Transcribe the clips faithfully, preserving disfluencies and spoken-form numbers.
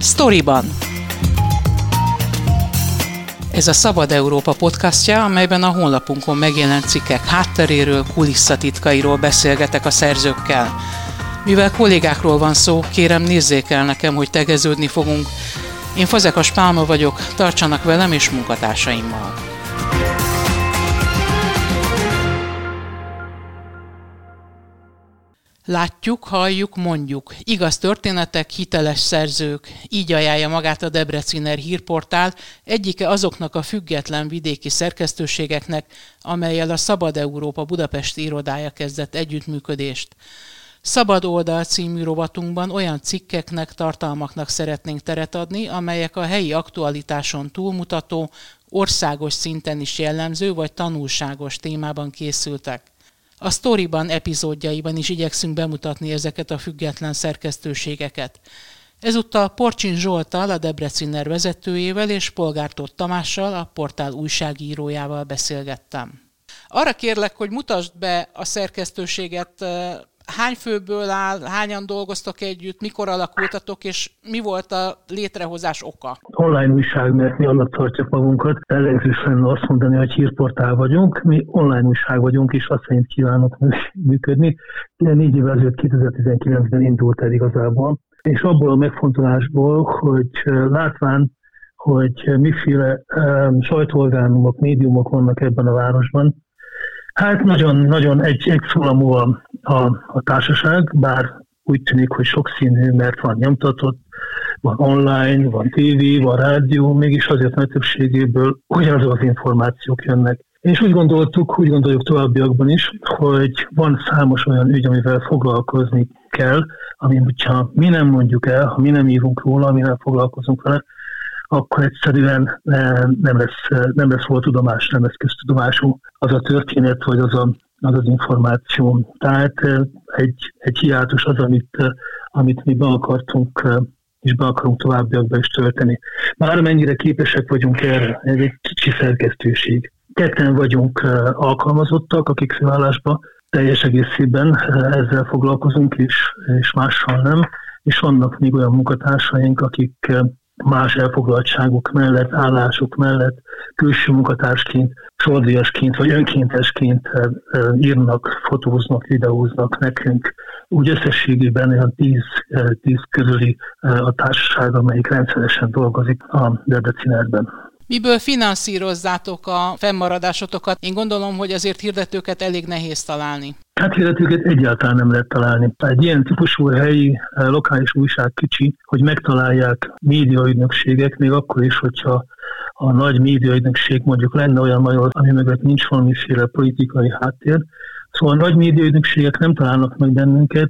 Sztoriban. Ez a Szabad Európa podcastja, amelyben a honlapunkon megjelent cikkek hátteréről, kulisszatitkairól beszélgetek a szerzőkkel. Mivel kollégákról van szó, kérem nézzék el nekem, hogy tegeződni fogunk. Én Fazekas Pálma vagyok, tartsanak velem és munkatársaimmal. Látjuk, halljuk, mondjuk. Igaz történetek, hiteles szerzők. Így ajánlja magát a Debreciner hírportál, egyike azoknak a független vidéki szerkesztőségeknek, amellyel a Szabad Európa budapesti irodája kezdett együttműködést. Szabad Oldal című rovatunkban olyan cikkeknek, tartalmaknak szeretnénk teret adni, amelyek a helyi aktualitáson túlmutató, országos szinten is jellemző vagy tanulságos témában készültek. A Sztoriban epizódjaiban is igyekszünk bemutatni ezeket a független szerkesztőségeket. Ezúttal Porcsin Zsolttal, a Debreciner vezetőjével és Polgártóth Tamással, a portál újságírójával beszélgettem. Arra kérlek, hogy mutasd be a szerkesztőséget, hány főből áll, hányan dolgoztok együtt, mikor alakultatok, és mi volt a létrehozás oka? Online újság, mert mi annak tartjuk magunkat. Ellenőrzés lenne azt mondani, hogy hírportál vagyunk. Mi online újság vagyunk, és azt szerint kívánok működni. Négy évvel ezelőtt kétezer-tizenkilencben indult el igazából. És abból a megfontolásból, hogy látván, hogy miféle um, sajtóorgánumok, médiumok vannak ebben a városban, hát nagyon-nagyon egy, egy szólamú a, a, a társaság, bár úgy tűnik, hogy sokszínű, mert van nyomtatott, van online, van tévé, van rádió, mégis azért nagy többségéből ugyanazok az információk jönnek. És úgy gondoltuk, úgy gondoljuk továbbiakban is, hogy van számos olyan ügy, amivel foglalkozni kell, ami, hogyha mi nem mondjuk el, ha mi nem írunk róla, mi nem foglalkozunk vele, akkor egyszerűen nem lesz, nem lesz róla tudomás, nem lesz köztudomású az a történet, vagy az a, az, az információ. Tehát egy, egy hiátus az, amit, amit mi be akartunk, és be akarunk továbbiakba is tölteni. Már mennyire képesek vagyunk erre, ez egy kicsi szerkesztőség. Ketten vagyunk alkalmazottak, akik főállásban teljes egészében ezzel foglalkozunk, és, és mással nem. És vannak még olyan munkatársaink, akik más elfoglaltságok mellett, állások mellett, külső munkatársként, sordíjasként vagy önkéntesként írnak, fotóznak, videóznak nekünk. Úgy összességében olyan tíz, tíz körüli a társaság, amelyik rendszeresen dolgozik a Debrecinerben. Miből finanszírozzátok a fennmaradásotokat? Én gondolom, hogy azért hirdetőket elég nehéz találni. Hát hirdetőket egyáltalán nem lehet találni. Egy ilyen típusú helyi, lokális újság kicsi, hogy megtalálják médiaügynökségek, még akkor is, hogyha a nagy médiaügynökség mondjuk lenne olyan nagyon, ami mögött nincs valamiféle politikai háttér. Szóval a nagy médiaügynökségek nem találnak meg bennünket.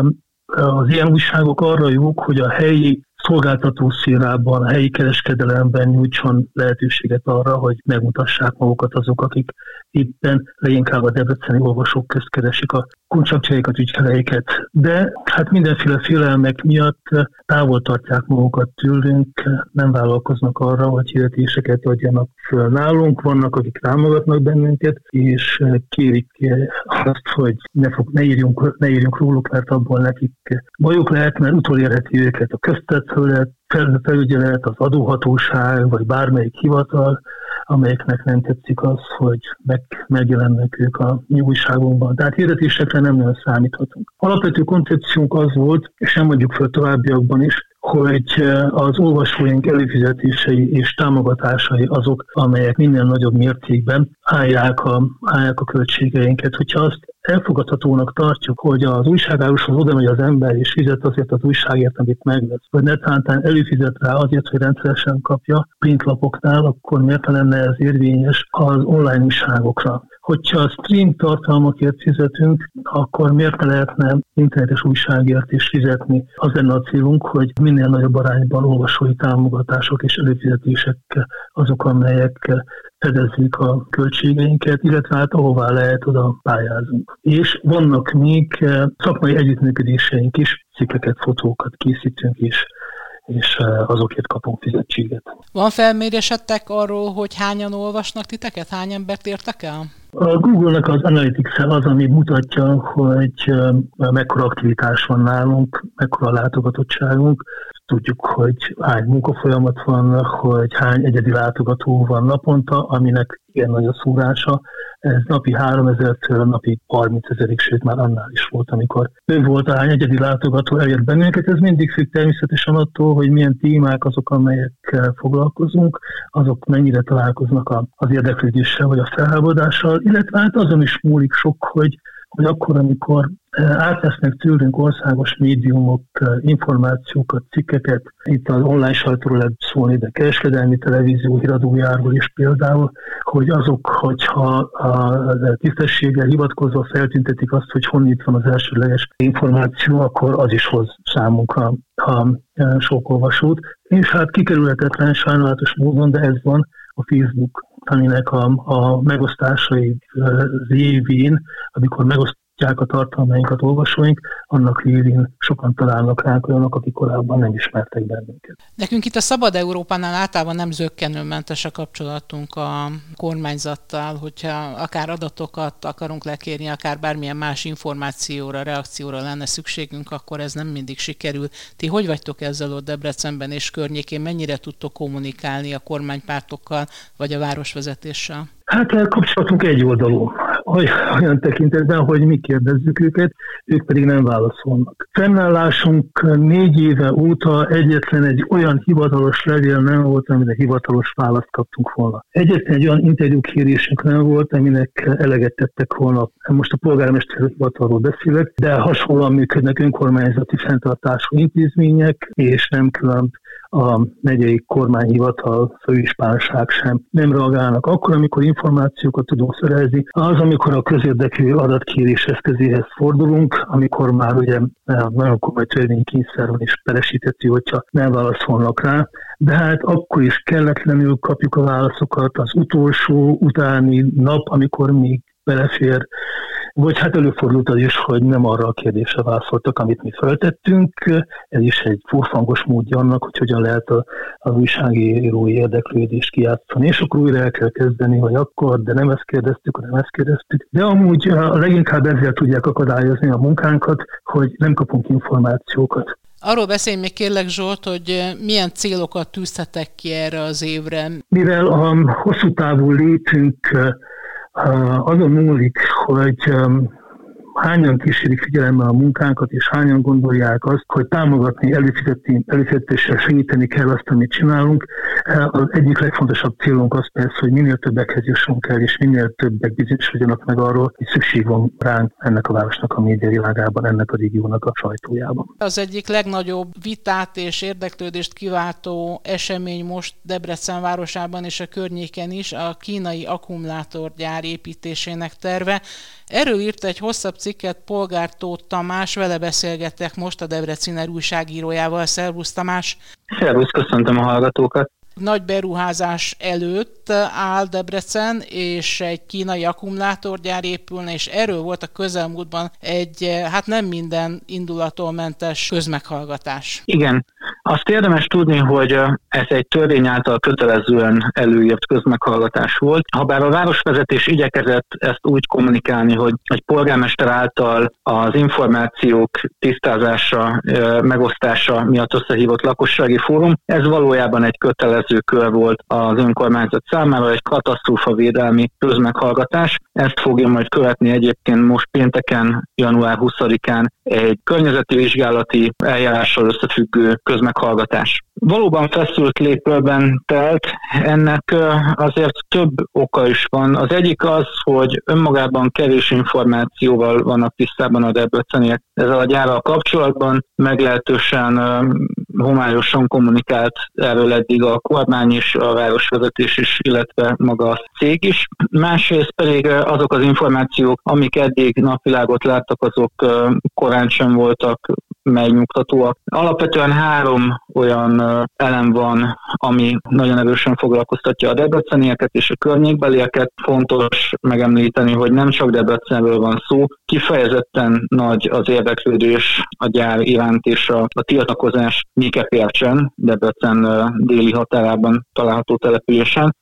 Az ilyen újságok arra jók, hogy a helyi szolgáltató szférában, a helyi kereskedelemben nyújtson lehetőséget arra, hogy megmutassák magukat azok, akik éppen leginkább a debreceni olvasók közt keresik a kontaktjaikat, ügyfeleiket. De hát mindenféle félelmek miatt távol tartják magukat tőlünk, nem vállalkoznak arra, hogy hirdetéseket adjanak föl nálunk. Vannak, akik támogatnak bennünket, és kérik azt, hogy ne, fog, ne, írjunk, ne írjunk róluk, mert abból nekik bajuk lehet, mert utolérheti őket a köztetszőlet, felügyelet, az adóhatóság, vagy bármelyik hivatal, amelyeknek nem tetszik az, hogy meg, megjelennek ők a mi újságunkban. Tehát hirdetésekre nem nagyon számíthatunk. Alapvető koncepciónk az volt, és nem mondjuk fel továbbiakban is, hogy az olvasóink előfizetései és támogatásai azok, amelyek minden nagyobb mértékben állják a, állják a költségeinket. Hogyha azt elfogadhatónak tartjuk, hogy az újságárushoz oda megy az ember és fizet azért az újságért, amit megvesz, vagy netántán előfizet rá azért, hogy rendszeresen kapja printlapoknál, akkor miért lenne ez érvényes az online újságokra? Hogyha a stream tartalmakért fizetünk, akkor miért ne lehetne internetes újságért is fizetni? Az lenne a célunk, hogy minél nagyobb arányban olvasói támogatások és előfizetések azok, amelyek fedezzék a költségeinket, illetve hát ahová lehet, oda pályázunk. És vannak még szakmai együttműködéseink is, cikkeket, fotókat készítünk is, és azokért kapunk fizetséget. Van felmérésetek arról, hogy hányan olvasnak titeket? Hány embert értek el? A Google-nak az Analytics-el az, ami mutatja, hogy mekkora aktivitás van nálunk, mekkora látogatottságunk. tudjuk, hogy hány munkafolyamat van, hogy hány egyedi látogató van naponta, aminek ilyen nagy a szúrása. Ez napi háromezertől napi harmincezerig, sőt már annál is volt, amikor több volt a hány egyedi látogató eljött bennünket. Ez mindig függ természetesen attól, hogy milyen témák azok, amelyekkel foglalkozunk, azok mennyire találkoznak az érdeklődéssel vagy a felháborodással, illetve hát azon is múlik sok, hogy hogy akkor, amikor átvesznek tőlünk országos médiumok információkat, cikkeket, itt az online sajtóról lehet szólni, de kereskedelmi televízió híradójáról is például, hogy azok, hogyha a tisztességgel hivatkozva feltüntetik azt, hogy honnét van az elsőleges információ, akkor az is hoz számunkra a sok olvasót. És hát kikerülhetetlen sajnálatos módon, de ez van a Facebook, aminek a, a megosztásai révén, amikor megosztják a tartalmainkat olvasóink, annak révén sokan találnak ránk olyanok, akik korábban nem ismertek bennünket. Nekünk itt a Szabad Európánál általában nem zökkenőmentes a kapcsolatunk a kormányzattal, hogyha akár adatokat akarunk lekérni, akár bármilyen más információra, reakcióra lenne szükségünk, akkor ez nem mindig sikerül. Ti hogy vagytok ezzel ott Debrecenben és környékén? Mennyire tudtok kommunikálni a kormánypártokkal vagy a városvezetéssel? Hát a kapcsolatunk egyoldalú, olyan tekintetben, hogy mi kérdezzük őket, ők pedig nem válaszolnak. Fennállásunk négy éve óta egyetlen egy olyan hivatalos levél nem volt, amire hivatalos választ kaptunk volna. Egyetlen egy olyan interjúkérésünk nem volt, aminek eleget tettek volna. Most a polgármester hivatalról beszélek, de hasonlóan működnek önkormányzati fenntartású intézmények, és nem külön a megyei kormányhivatal, főispánság sem nem reagálnak akkor, amikor információkat tudunk szerezni. Az, amikor a közérdekű adatkérés eszközéhez fordulunk, amikor már ugye nagyon komoly törvényi kényszer van és peresíthető, hogyha nem válaszolnak rá, de hát akkor is kelletlenül kapjuk a válaszokat az utolsó utáni nap, amikor még belefér, vagy hát előfordult az is, hogy nem arra a kérdésre válaszoltak, amit mi feltettünk. Ez is egy furfangos módja annak, hogy hogyan lehet a, az újságírói érdeklődést kijátszani. És akkor újra el kell kezdeni, hogy akkor, de nem ezt kérdeztük, hanem ezt kérdeztük. De amúgy a leginkább ezzel tudják akadályozni a munkánkat, hogy nem kapunk információkat. Arról beszélj még kérlek, Zsolt, hogy milyen célokat tűztetek ki erre az évre? Mivel a hosszú távú létünk azon múlik, hogy hányan kísérik figyelemmel a munkánkat, és hányan gondolják azt, hogy támogatni, előfizetni, előfizetéssel segíteni kell azt, amit csinálunk. Az egyik legfontosabb célunk az persze, hogy minél többekhez jussunk el, és minél többek bizonyosodjanak meg arról, hogy szükség van ránk ennek a városnak a médiavilágában, ennek a régiónak a sajtójában. Az egyik legnagyobb vitát és érdeklődést kiváltó esemény most Debrecen városában és a környéken is a kínai akkumulátorgyár építésének terve. Erről írt egy hosszabb cikket Polgár Tóth Tamás, vele beszélgettek most, a Debreciner újságírójával. Szervusz Tamás! Szervusz, köszöntöm a hallgatókat! Nagy beruházás előtt áll Debrecen, és egy kínai akkumulátorgyár épülne, és erről volt a közelmúltban egy, hát nem minden indulattól mentes közmeghallgatás. Igen, azt érdemes tudni, hogy ez egy törvény által kötelezően előírt közmeghallgatás volt. Habár a városvezetés igyekezett ezt úgy kommunikálni, hogy egy polgármester által az információk tisztázása, megosztása miatt összehívott lakossági fórum, ez valójában egy kötelező kör volt az önkormányzat számára, egy katasztrófavédelmi közmeghallgatás. Ezt fogja majd követni egyébként most pénteken, január huszadikán egy környezeti vizsgálati eljárással összefüggő közmeghallgatás. Valóban feszült légkörben telt, ennek azért több oka is van. Az egyik az, hogy önmagában kevés információval vannak tisztában a debreceniek ezzel a gyárral kapcsolatban, meglehetősen homályosan kommunikált erről eddig a kormány is, a városvezetés is, illetve maga a cég is. Másrészt pedig azok az információk, amik eddig napvilágot láttak, azok korán sem voltak megnyugtatóak. Alapvetően három olyan elem van, ami nagyon erősen foglalkoztatja a debrecenieket és a környékbelieket. Fontos megemlíteni, hogy nem csak Debrecenről van szó, kifejezetten nagy az érdeklődés a gyár iránt és a, a tiltakozás Nyikepércsen, Debrecen déli határában található településen.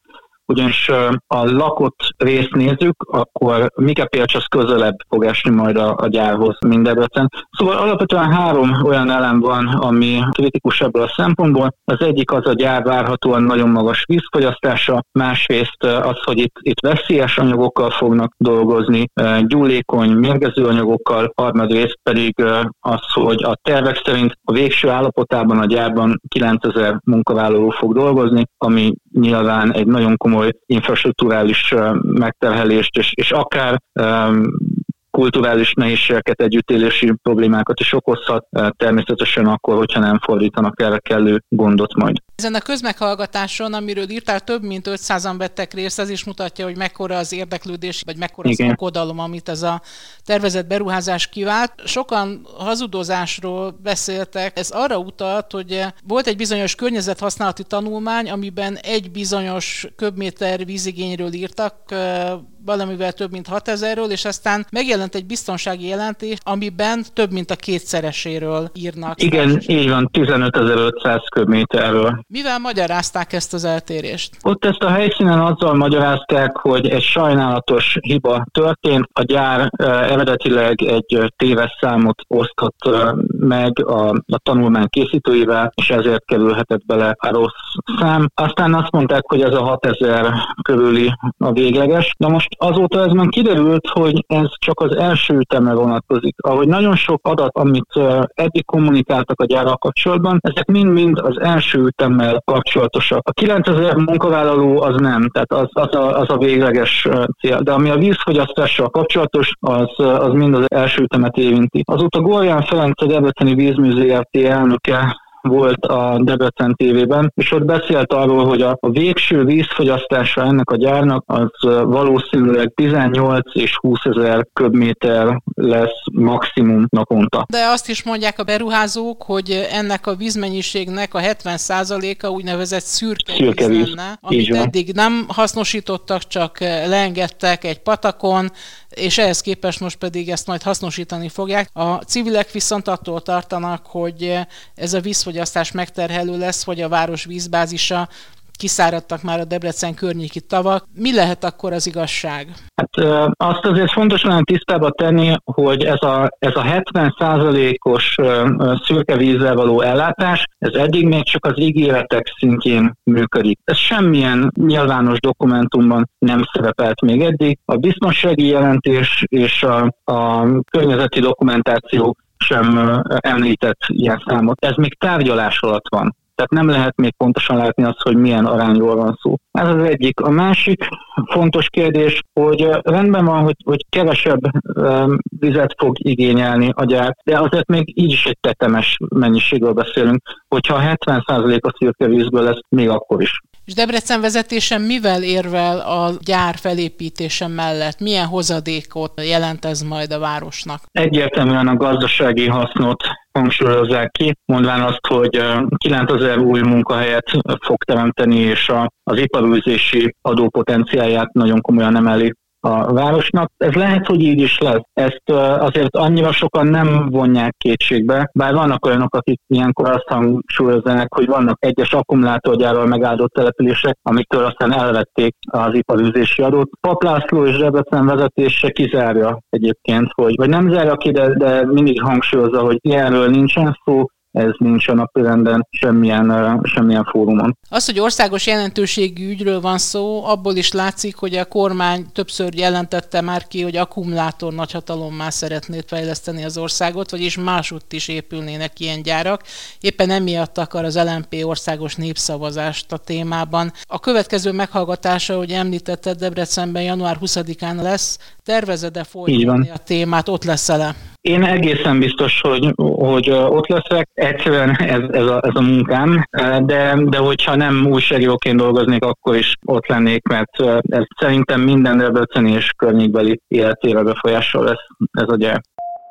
ugyanis a lakott részt nézzük, akkor Mikepércs az közelebb fog esni majd a, a gyárhoz, mint Debrecen. Szóval alapvetően három olyan elem van, ami kritikus ebből a szempontból. Az egyik az a gyár várhatóan nagyon magas vízfogyasztása, másrészt az, hogy itt, itt veszélyes anyagokkal fognak dolgozni, gyúlékony, mérgező anyagokkal, harmadrészt pedig az, hogy a tervek szerint a végső állapotában a gyárban kilencezer munkavállaló fog dolgozni, ami nyilván egy nagyon komoly infrastrukturális megterhelést, és, és akár um, kulturális nehézségeket, együttélési problémákat is okozhat, természetesen akkor, hogyha nem fordítanak erre kellő gondot majd. Ezen a közmeghallgatáson, amiről írtál, több mint ötszázan vettek részt, ez is mutatja, hogy mekkora az érdeklődés, vagy mekkora az aggodalom, amit ez a tervezett beruházás kivált. Sokan hazudozásról beszéltek. Ez arra utalt, hogy volt egy bizonyos környezethasználati tanulmány, amiben egy bizonyos köbméter vízigényről írtak, valamivel több mint hatezerről, és aztán megjelent egy biztonsági jelentés, amiben több mint a kétszereséről írnak. Igen, így van, tizenötezer-ötszáz köbméterről. Mivel magyarázták ezt az eltérést? Ott ezt a helyszínen azzal magyarázták, hogy egy sajnálatos hiba történt. A gyár uh, eredetileg egy téves számot osztott uh, meg a, a tanulmány készítőivel, és ezért kerülhetett bele a rossz szám. Aztán azt mondták, hogy ez a hatezer körüli a végleges. Na most azóta ez már kiderült, hogy ez csak az első ütemre vonatkozik. Ahogy nagyon sok adat, amit uh, eddig kommunikáltak a gyárral kapcsolatban, ezek mind-mind az első ütemmel kapcsolatosak. A kilencezer munkavállaló az nem, tehát az, az, a, az a végleges uh, cél. De ami a vízfogyasztással kapcsolatos, az, uh, az mind az első ütemet érinti. Azóta Gorján Ferenc, a Debreceni Vízmű zé er té elnöke volt a Debrecen tévében, és ott beszélt arról, hogy a, a végső vízfogyasztása ennek a gyárnak az valószínűleg tizennyolc és húszezer köbméter lesz maximum naponta. De azt is mondják a beruházók, hogy ennek a vízmennyiségnek a hetven százaléka úgynevezett szürke, szürke víz lenne, amit eddig nem hasznosítottak, csak leengedtek egy patakon, és ehhez képest most pedig ezt majd hasznosítani fogják. A civilek viszont attól tartanak, hogy ez a vízfogyasztás megterhelő lesz, hogy a város vízbázisa, kiszáradtak már a Debrecen környéki tavak. Mi lehet akkor az igazság? Hát azt azért fontos lenne tisztába tenni, hogy ez a, ez a hetven százalékos szürke vízzel való ellátás, ez eddig még csak az ígéretek szintjén működik. Ez semmilyen nyilvános dokumentumban nem szerepelt még eddig. A biztonsági jelentés és a, a környezeti dokumentáció sem említett ilyen számot. Ez még tárgyalás alatt van. Tehát nem lehet még pontosan látni azt, hogy milyen arányról van szó. Ez az egyik. A másik fontos kérdés, hogy rendben van, hogy, hogy kevesebb um, vizet fog igényelni a gyár, de azért még így is egy tetemes mennyiségről beszélünk, hogyha hetven százalék a szürke vízből lesz, még akkor is. És Debrecen vezetése mivel érvel a gyár felépítése mellett? Milyen hozadékot jelent ez majd a városnak? Egyértelműen a gazdasági hasznot hangsúlyozzák ki, mondván azt, hogy kilencezer új munkahelyet fog teremteni, és az iparűzési adópotenciáját nagyon komolyan emeli a városnak. Ez lehet, hogy így is lesz. Ezt azért annyira sokan nem vonják kétségbe, bár vannak olyanok, akik ilyenkor azt hangsúlyozzák, hogy vannak egyes akkumulátorgyárral megáldott települések, amiktől aztán elvették az iparűzési adót. Papp László és Debrecen vezetése kizárja egyébként, hogy, vagy nem zárja ki, de, de mindig hangsúlyozza, hogy ilyenről nincsen szó, ez nincs a napirenden semmilyen, semmilyen fórumon. Az, hogy országos jelentőségű ügyről van szó, abból is látszik, hogy a kormány többször jelentette már ki, hogy akkumulátor nagyhatalommá szeretné fejleszteni az országot, vagyis másutt is épülnének ilyen gyárak. Éppen emiatt akar az el em pé országos népszavazást a témában. A következő meghallgatása, hogy említetted, Debrecenben január huszadikán lesz. Tervezed-e folytatni a témát? Ott leszel-e? Én egészen biztos, hogy, hogy ott leszek. Egyszerűen ez, ez, a, ez a munkám, de, de hogyha nem újságíróként dolgoznék, akkor is ott lennék, mert ez szerintem minden debreceni és környékbeli életére befolyással lesz ez a gyár.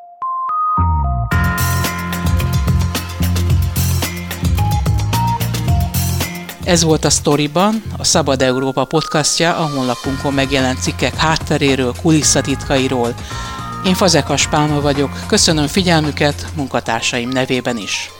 Ez volt a Sztoriban, a Szabad Európa podcastja, a honlapunkon megjelent cikkek hátteréről, kulisszatitkairól. Én Fazekas Pálma vagyok, köszönöm figyelmüket munkatársaim nevében is.